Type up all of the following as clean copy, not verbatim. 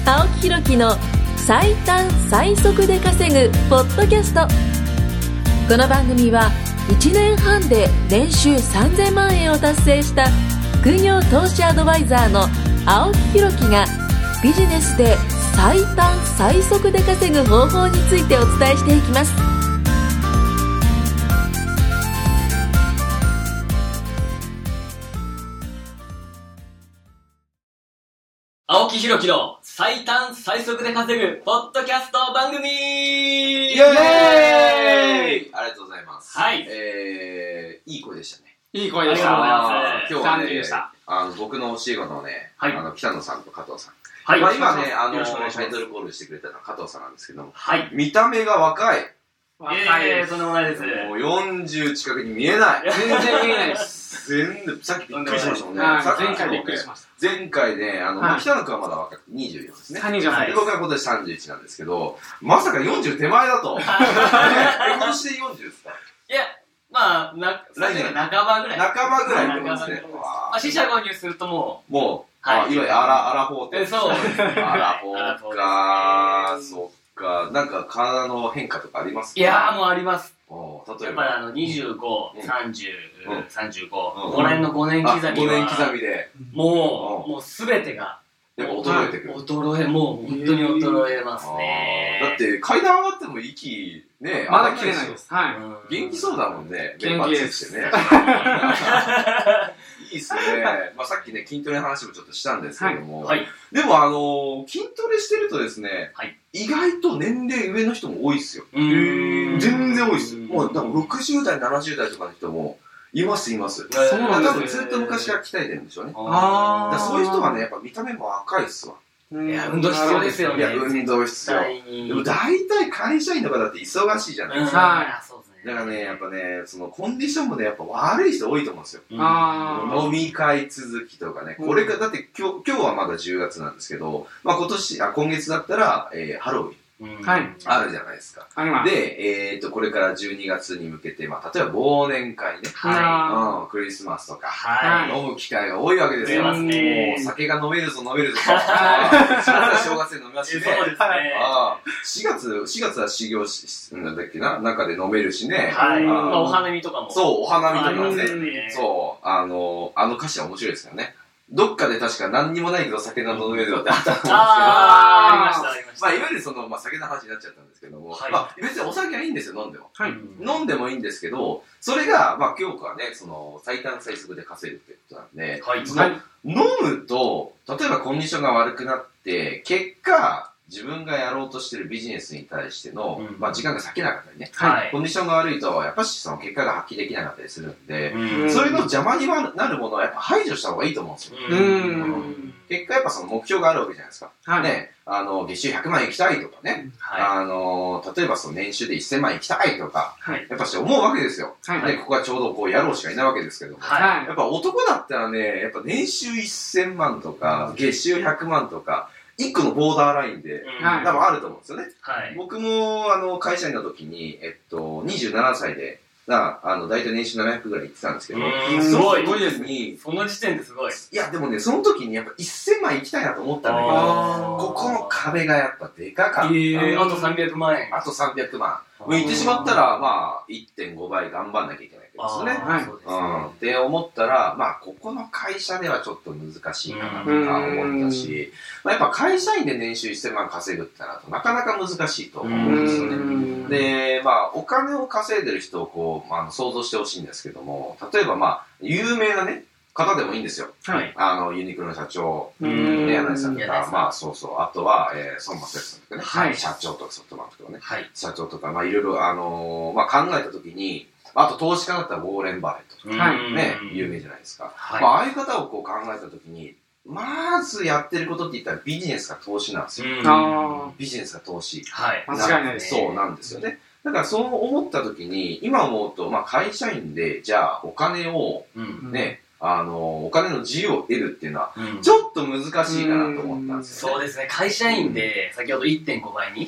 青木ひろきの最短最速で稼ぐポッドキャスト。この番組は1年半で年収3000万円を達成した副業投資アドバイザーの青木ひろきがビジネスで最短最速で稼ぐ方法についてお伝えしていきます。 青木ひろきの最短最速で稼ぐポッドキャスト番組。 イエーイ、ありがとうございます。 はい。 いい声でしたね。 いい声でした。 ありがとうございます。 今日はね、僕の教え子のね、 はい、 北野さんと加藤さん。 はい。 まあ、今ね、 タタイトルコールしてくれたのは加藤さんなんですけども、 はい。 見た目が若い。 若い。とんでもないです。 もう40近くに見えない。 全然見えないです。 さっきびっくりしましたもんね。 前回びっくりしました。 前回ね、北野くんはまだ若く24ですね。 24 で、僕は今年31なんですけど、まさか40手前だと。今年で40ですか？ いや、まあ、来年半ばぐらい。 半ばぐらいってことですね。 四捨五入するともう、いわゆるアラフォーって。 そう。 アラフォーか、そっか。なんか体の変化とかありますか？ いやー、もうあります。 例えば。やっぱり25、30、35、5年の5年刻みは。 5年刻みで。 もうすべてが。 やっぱ衰えてくる。 もう本当に衰えますね。 だって階段上がっても息、ね、 まだ切れないです。はい。 元気そうだもんね。 元気です。 ね。いいっすね。まあさっきね、筋トレの話もちょっとしたんですけども。でも筋トレしてるとですね、意外と年齢上の人も多いっすよ。全然多いっす。もう60代、70代とかの人も、います。そうなんですね。ずっと昔から鍛えてるんでしょうね。そういう人はね、やっぱ見た目も赤いっすわ。 いや、運動必要ですよね。 いや、運動必要。でも大体会社員の方って忙しいじゃないですか。だからね、やっぱね、そのコンディションもね、やっぱ悪い人多いと思うんですよ。飲み会続きとかね。これが、だって今日はまだ10月なんですけど、まあ今月だったら、ハロウィン。あるじゃないですか。で、これから12月に向けて、まあ、例えば忘年会ね、クリスマスとか、飲む機会が多いわけですよ。もう酒が飲めるぞ。4月は正月で飲みますしね。4月は修行なんだっけな、中で飲めるしね。 お花見とかも。 そう、お花見とかね。そう、あの歌詞は面白いですよね。どっかで確か何にもないけど酒の飲めるよってあったと思うんですけど。 ありました。 まあ、いわゆる酒の話になっちゃったんですけども、まあ、別にお酒はいいんですよ、飲んでも。飲んでもいいんですけど、それが、まあ、今日からね、最短最速で稼ぐってことなんで、飲むと、例えばコンディションが悪くなって、結果、自分がやろうとしてるビジネスに対しての、まあ時間が割けなかったりね、コンディションが悪いと、やっぱしその結果が発揮できなかったりするんで、それの邪魔になるものはやっぱ排除した方がいいと思うんですよ。結果やっぱその目標があるわけじゃないですか。ね、月収100万行きたいとかね、例えばその年収で1000万行きたいとか、やっぱし思うわけですよ。で、ここはちょうどこう野郎しかいないわけですけども、やっぱ男だったらね、やっぱ年収1000万とか、月収100万とか、一個のボーダーラインで、多分あると思うんですよね。僕も、会社員の時に、27歳で、大体年収700ぐらい行ってたんですけど、 すごいですに、 その時点ですごい。 いや、でもね、その時にやっぱ1000万行きたいなと思ったんだけど、ここの壁がやっぱでかかった。あと 300万円。 あと300万。行ってしまったら、まあ、1.5 倍頑張んなきゃいけないわけですよね。って思ったら、まあ、ここの会社ではちょっと難しいかなとか思ったし、やっぱ会社員で年収1000万稼ぐってなるとなかなか難しいと思うんですよね。で、まあ、お金を稼いでる人をこう、想像してほしいんですけども、例えばまあ、有名なね、方でもいいんですよ。ユニクロの社長、柳井さんとか、まあそうそう、あとは、孫正義さんとかね、社長とかソフトバンクとかね、社長とか、まあいろいろ、まあ考えたときに、あと投資家だったらウォーレン・バレットとか、ね、有名じゃないですか。まあああいう方をこう考えたときに、まずやってることって言ったらビジネスか投資なんですよ。ビジネスか投資。 間違いないです。 そうなんですよね。だからそう思ったときに、今思うと、まあ会社員で、じゃあお金をね、お金の自由を得るっていうのは、ちょっと難しいかなと思ったんですよ、ね。 そうですね。会社員で、先ほど 1.5 倍に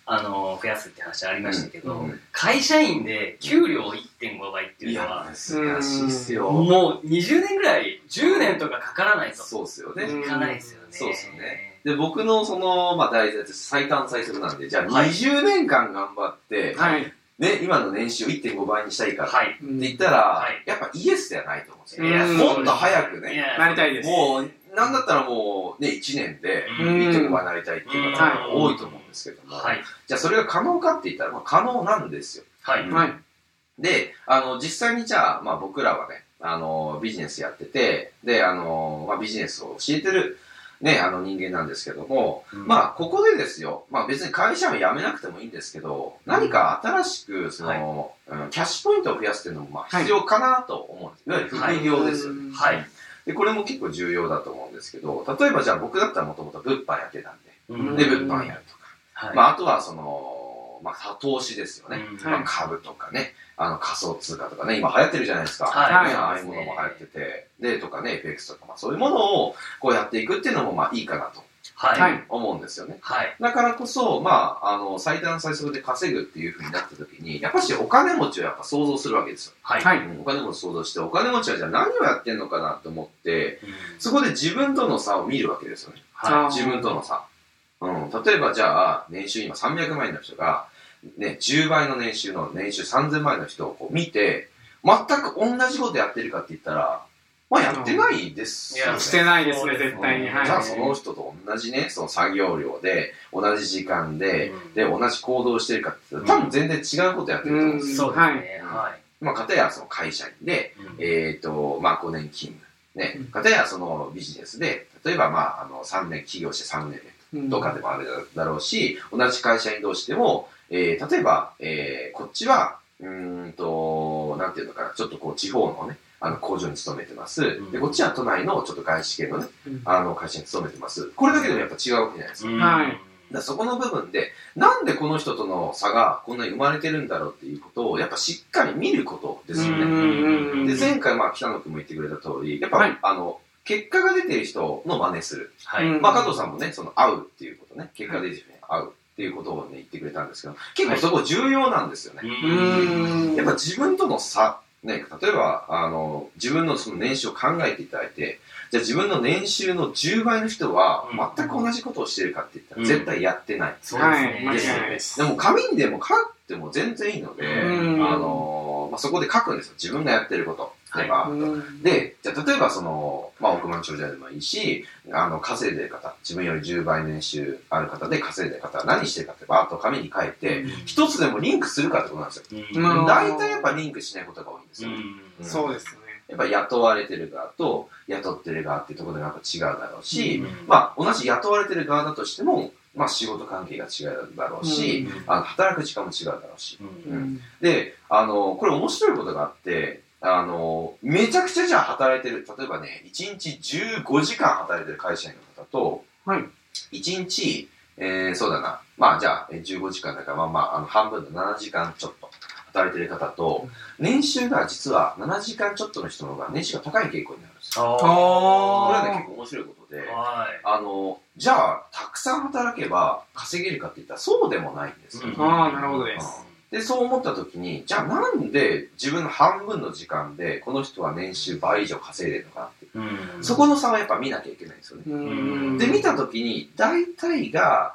増やすって話ありましたけど、会社員で給料 1.5 倍っていうのは難しいっすよ。 もう20年ぐらい、10年とかかからないと。 そうっすよね。 いかないですよね。 そうっすよね。で、僕の題材って最短最速なんで、じゃあ20年間頑張って、ね、今の年収を 1.5 倍にしたいかって言ったら、やっぱイエスではないと思うんですよ。もっと早くね、 なりたいです。 もう、なんだったらもうね、1年で 1.5 倍になりたいっていう方が多いと思うんですけども、じゃあそれが可能かって言ったら、可能なんですよ。で、実際にじゃあ、僕らはね、ビジネスやってて、で、ビジネスを教えてる、ね、人間なんですけども、ここでですよ、別に会社を辞めなくてもいいんですけど、何か新しく、キャッシュポイントを増やすっていうのも、必要かなと思うんです。いわゆる副業ですよね。で、これも結構重要だと思うんですけど、例えばじゃあ僕だったらもともと物販やってたんで、で、物販やるとか、あとは投資ですよね。株とかね、仮想通貨とかね、今流行ってるじゃないですか。ああいうものも流行ってて、で、とかね、FX とか、そういうものをこうやっていくっていうのもいいかなと思うんですよね。だからこそ、最短最速で稼ぐっていう風になった時に、やっぱしお金持ちをやっぱ想像するわけですよ。お金持ち想像して、お金持ちはじゃあ何をやってんのかなと思って、そこで自分との差を見るわけですよね。自分との差。例えばじゃあ、年収今300万円の人が、ね、10倍の年収3000万円の人をこう見て、全く同じことやってるかって言ったら、やってないですよね。 してないですね、絶対に。 じゃあその人と同じね、その作業量で、同じ時間で、で、同じ行動してるかって言ったら、多分全然違うことやってると思うんですよ。 そうですね。 片やその会社員で、5年勤務。ね、片やそのビジネスで、例えば3年起業して3年目とかでもあるだろうし、同じ会社員同士でも、例えば、こっちは、なんていうのかな、ちょっとこう地方のね、工場に勤めてます。で、こっちは都内のちょっと外資系のね、会社に勤めてます。これだけでもやっぱ違うわけじゃないですか。だそこの部分で、なんでこの人との差がこんなに生まれてるんだろうっていうことを、やっぱしっかり見ることですよね。で、前回北野君も言ってくれた通り、やっぱ、結果が出てる人の真似する。加藤さんもね、会うっていうことね、結果が出てる人に会うっていうことをね、言ってくれたんですけど、結構そこ重要なんですよね。やっぱ自分との差、ね、例えば、自分のその年収を考えていただいて、じゃあ自分の年収の10倍の人は全く同じことをしているかって言ったら絶対やってない。 そうですね。 でも紙にでも書いても全然いいので、そこで書くんですよ。自分がやってること。で、じゃあ例えば億万長者でもいいし、稼いでる方、自分より10倍年収ある方で稼いでる方は何してるかってバーッと紙に書いて、一つでもリンクするかってことなんですよ。大体やっぱリンクしないことが多いんですよ。 そうですね。 やっぱ雇われてる側と雇ってる側っていうところでやっぱ違うだろうし、同じ雇われてる側だとしても、仕事関係が違うだろうし、働く時間も違うだろうし。で、これ面白いことがあって、めちゃくちゃじゃあ働いてる、例えばね、1日15時間働いてる会社員の方と、1日、そうだな、じゃあ15時間だから、半分の7時間ちょっと働いてる方と、年収が実は7時間ちょっとの人の方が年収が高い傾向になるんですよ。これはね、結構面白いことで、じゃあ、たくさん働けば稼げるかって言ったらそうでもないんですよ。 なるほどです。 で、そう思った時に、じゃあなんで自分の半分の時間でこの人は年収倍以上稼いでるのかって、そこの差はやっぱ見なきゃいけないんですよね。で、見た時に、大体が、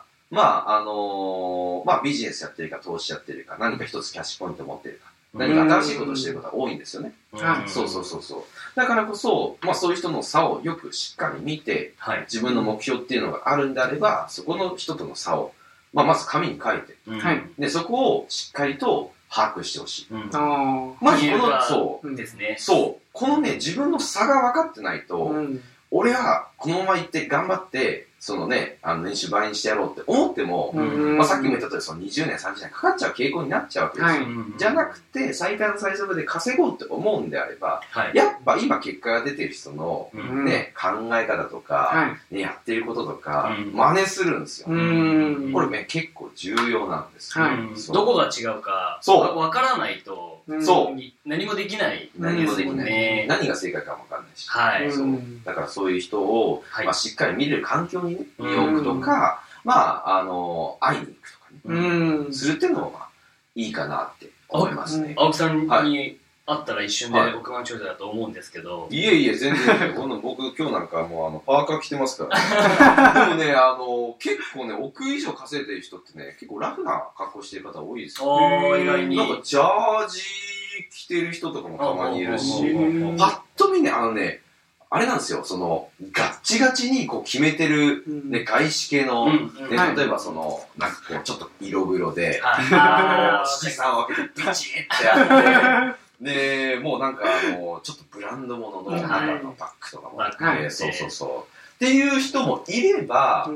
ビジネスやってるか投資やってるか、何か一つキャッシュポイント持ってるか、何か新しいことをしてることが多いんですよね。そう。だからこそ、そういう人の差をよくしっかり見て、自分の目標っていうのがあるんであれば、そこの人との差を、まず紙に書いて、で、そこをしっかりと把握してほしい。まずこのね、自分の差が分かってないと、俺はこのまま行って頑張って、年収倍にしてやろうって思っても、さっきも言った通り、20年、30年かかっちゃう傾向になっちゃうわけですよ。じゃなくて、最短最速で稼ごうって思うんであれば、やっぱ今結果が出てる人の、ね、考え方とか、やってることとか、真似するんですよ。これね、結構重要なんですよ。 どこが違うか、わからないと、何もできない。 何が正解かもわかんないし。だからそういう人を、しっかり見れる環境にね、身を置くとか、会いに行くとかね。 するっていうのもいいかなって思いますね。 青木さんに会ったら一瞬で億万長者だと思うんですけど。 いえいえ、全然。僕今日なんかもうパーカー着てますから。でもね、結構ね、億以上稼いでる人ってね、結構ラフな格好してる方多いですよね。 意外に。 なんかジャージ着てる人とかもたまにいるし、パッと見ね、あれなんですよ、ガッチガチにこう決めてる、ね、外資系の、例えばなんかこう、ちょっと色黒で、七三分けでビチってやって、で、もうなんかちょっとブランド物のバッグとかもあって、そう。っていう人もいれば、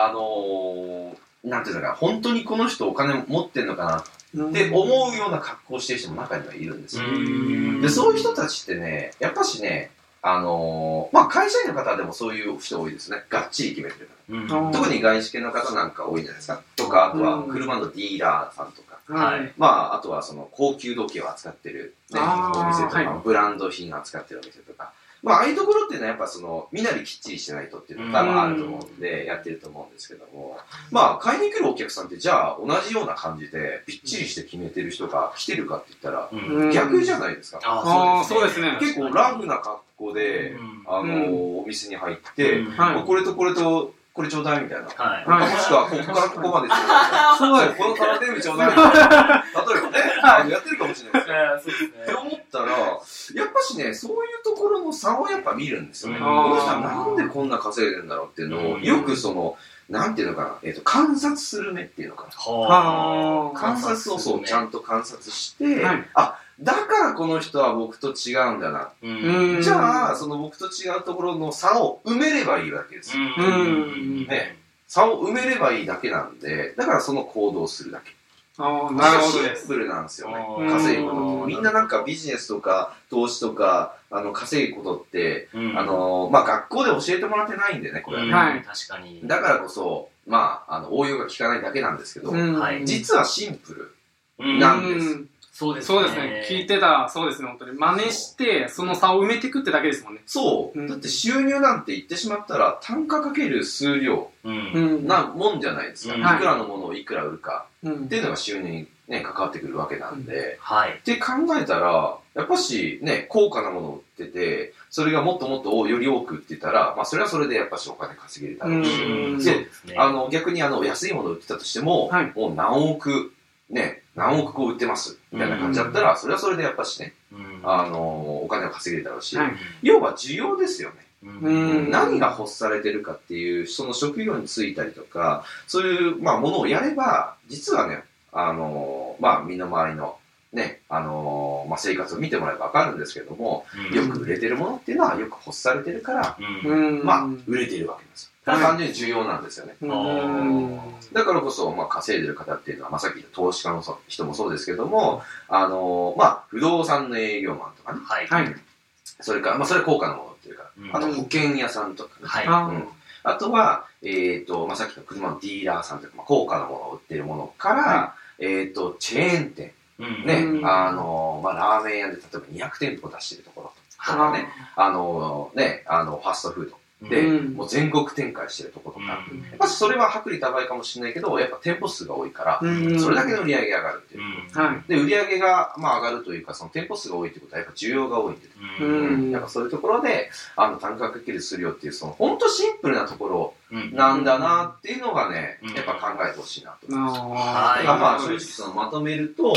なんていうのか、本当にこの人お金持ってんのかなって思うような格好してる人も中にはいるんですよ。で、そういう人たちってね、やっぱしね、会社員の方でもそういう人多いですね。がっちり決めてる方。特に外資系の方なんか多いんじゃないですか。とか、あとは車のディーラーさんとか。あとは高級時計を扱ってる、ね、お店とか、ブランド品を扱ってるお店とか。ああいうところっていうのはやっぱ身なりきっちりしてないとっていうのが多分あると思うんで、やってると思うんですけども。買いに来るお客さんってじゃあ同じような感じでびっちりして決めてる人が来てるかって言ったら、逆じゃないですか。 そうですね。 結構ラフな格好で、お店に入って、これとこれと、これちょうだいみたいな。もしくは、ここからここまでちょうだい。このカラーテーブルちょうだいみたいな。例えばね、やってるかもしれないですよ。って思ったら、やっぱしね、そういうところの差をやっぱ見るんですよね。この人はなんでこんな稼いでるんだろうっていうのを、よくなんていうのかな、観察する目っていうのかな。観察をちゃんと観察して、だからこの人は僕と違うんだな。じゃあ、僕と違うところの差を埋めればいいわけですよ。ね、差を埋めればいいだけなんで、だからその行動をするだけ。 なるほどです。 シンプルなんですよね。稼ぐことって。みんななんかビジネスとか投資とか、稼ぐことって、学校で教えてもらってないんでね、これはね。 確かに。 だからこそ、応用が効かないだけなんですけど、実はシンプルなんです。 そうですね。聞いてた、そうですね、本当に。真似して、その差を埋めていくってだけですもんね。 そう。だって収入なんて言ってしまったら、単価かける数量なもんじゃないですか。いくらのものをいくら売るかっていうのが収入にね、関わってくるわけなんで。って考えたら、やっぱしね、高価なものを売ってて、それがもっともっとより多く売ってたら、それはそれでやっぱしお金稼げるだろうし。で、逆に安いものを売ってたとしても、もう何億個売ってますみたいな感じだったら、それはそれでやっぱしね、お金を稼げるだろうし、要は需要ですよね。何が欲されてるかっていう、その職業に就いたりとか、そういうものをやれば、実はね、身の回りのね、生活を見てもらえばわかるんですけども、よく売れてるものっていうのはよく欲されてるから、売れているわけです。単純に重要なんですよね。だからこそ、稼いでる方っていうのは、さっき言った投資家の人もそうですけども、不動産の営業マンとかね。それから、それは高価なものっていうか、あと保険屋さんとかね。あとは、さっきの車のディーラーさんとか、高価なものを売ってるものから、チェーン店。ね、ラーメン屋で例えば200店舗出してるところとかね、ファストフード。で、もう全国展開してるところとか、やっぱそれは薄利多売かもしれないけど、やっぱ店舗数が多いから、それだけの売り上げが上がるっていう。で、売り上げが上がるというか、その店舗数が多いってことは、やっぱ需要が多いっていう。やっぱそういうところで、単価かける数量っていう、ほんとシンプルなところなんだなっていうのがね、やっぱ考えてほしいなと思います。正直まとめると、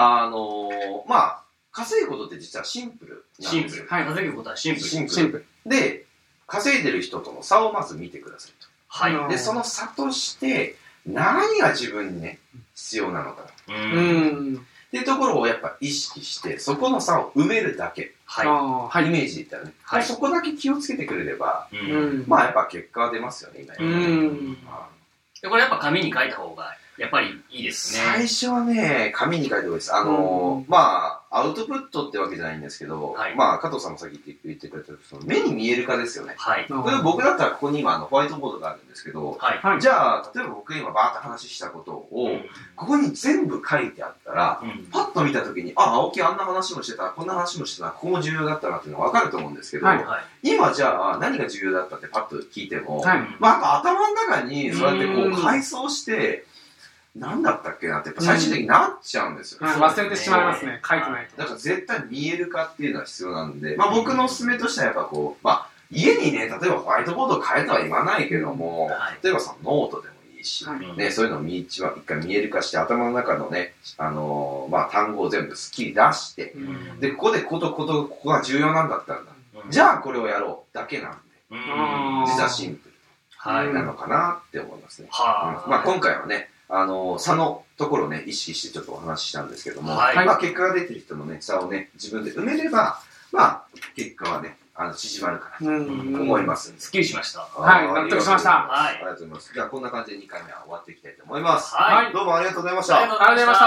稼ぐことって実はシンプルなんですよ。 稼ぐことはシンプル。 で、稼いでる人との差をまず見てくださいと。で、その差として、何が自分にね、必要なのか。っていうところをやっぱ意識して、そこの差を埋めるだけ。イメージで言ったらね。そこだけ気をつけてくれれば、やっぱ結果は出ますよね、 今。これやっぱ紙に書いた方が、やっぱりいいですね。 最初はね、紙に書いた方がいいです。アウトプットってわけじゃないんですけど、加藤さんもさっき言ってくれた目に見える化ですよね。これ僕だったらここに今ホワイトボードがあるんですけど、じゃあ、例えば僕が今バーッと話したことを、ここに全部書いてあったら、パッと見たときに、青木あんな話もしてた、こんな話もしてた、ここも重要だったなっていうのがわかると思うんですけど、今じゃあ何が重要だったってパッと聞いても、頭の中にそうやってこう回想して、 何だったっけなってやっぱ最終的になっちゃうんですよ、 忘れてしまいますね、書いてないと。 だから絶対見える化っていうのは必要なんで、僕のおすすめとしてはやっぱこう、家にね、例えばホワイトボードを変えとは言わないけども、例えばそのノートでもいいし、ね、そういうのを一回見える化して、頭の中のね、単語を全部すっきり出して、で、ここが重要なんだったんだ。じゃあこれをやろうだけなんで、実はシンプルなのかなって思いますね。今回はね、差のところをね、意識してちょっとお話ししたんですけども、結果が出てる人のね、差をね、自分で埋めれば、結果はね、縮まるかなと思います。 すっきりしました。 はい、納得しました。 ありがとうございます。じゃあ、こんな感じで2回目は終わっていきたいと思います。どうもありがとうございました。 ありがとうございました。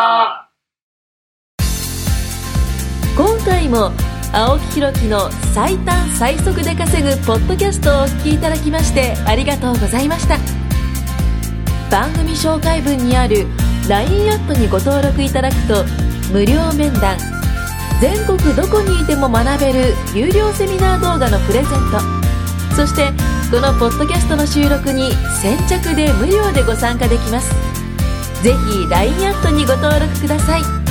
今回も青木ひろきの最短最速で稼ぐポッドキャストをお聞きいただきましてありがとうございました。番組紹介文にある LINE アットにご登録いただくと無料面談、全国どこにいても学べる有料セミナー動画のプレゼント、そしてこのポッドキャストの収録に先着で無料でご参加できます。ぜひ LINE アットにご登録ください。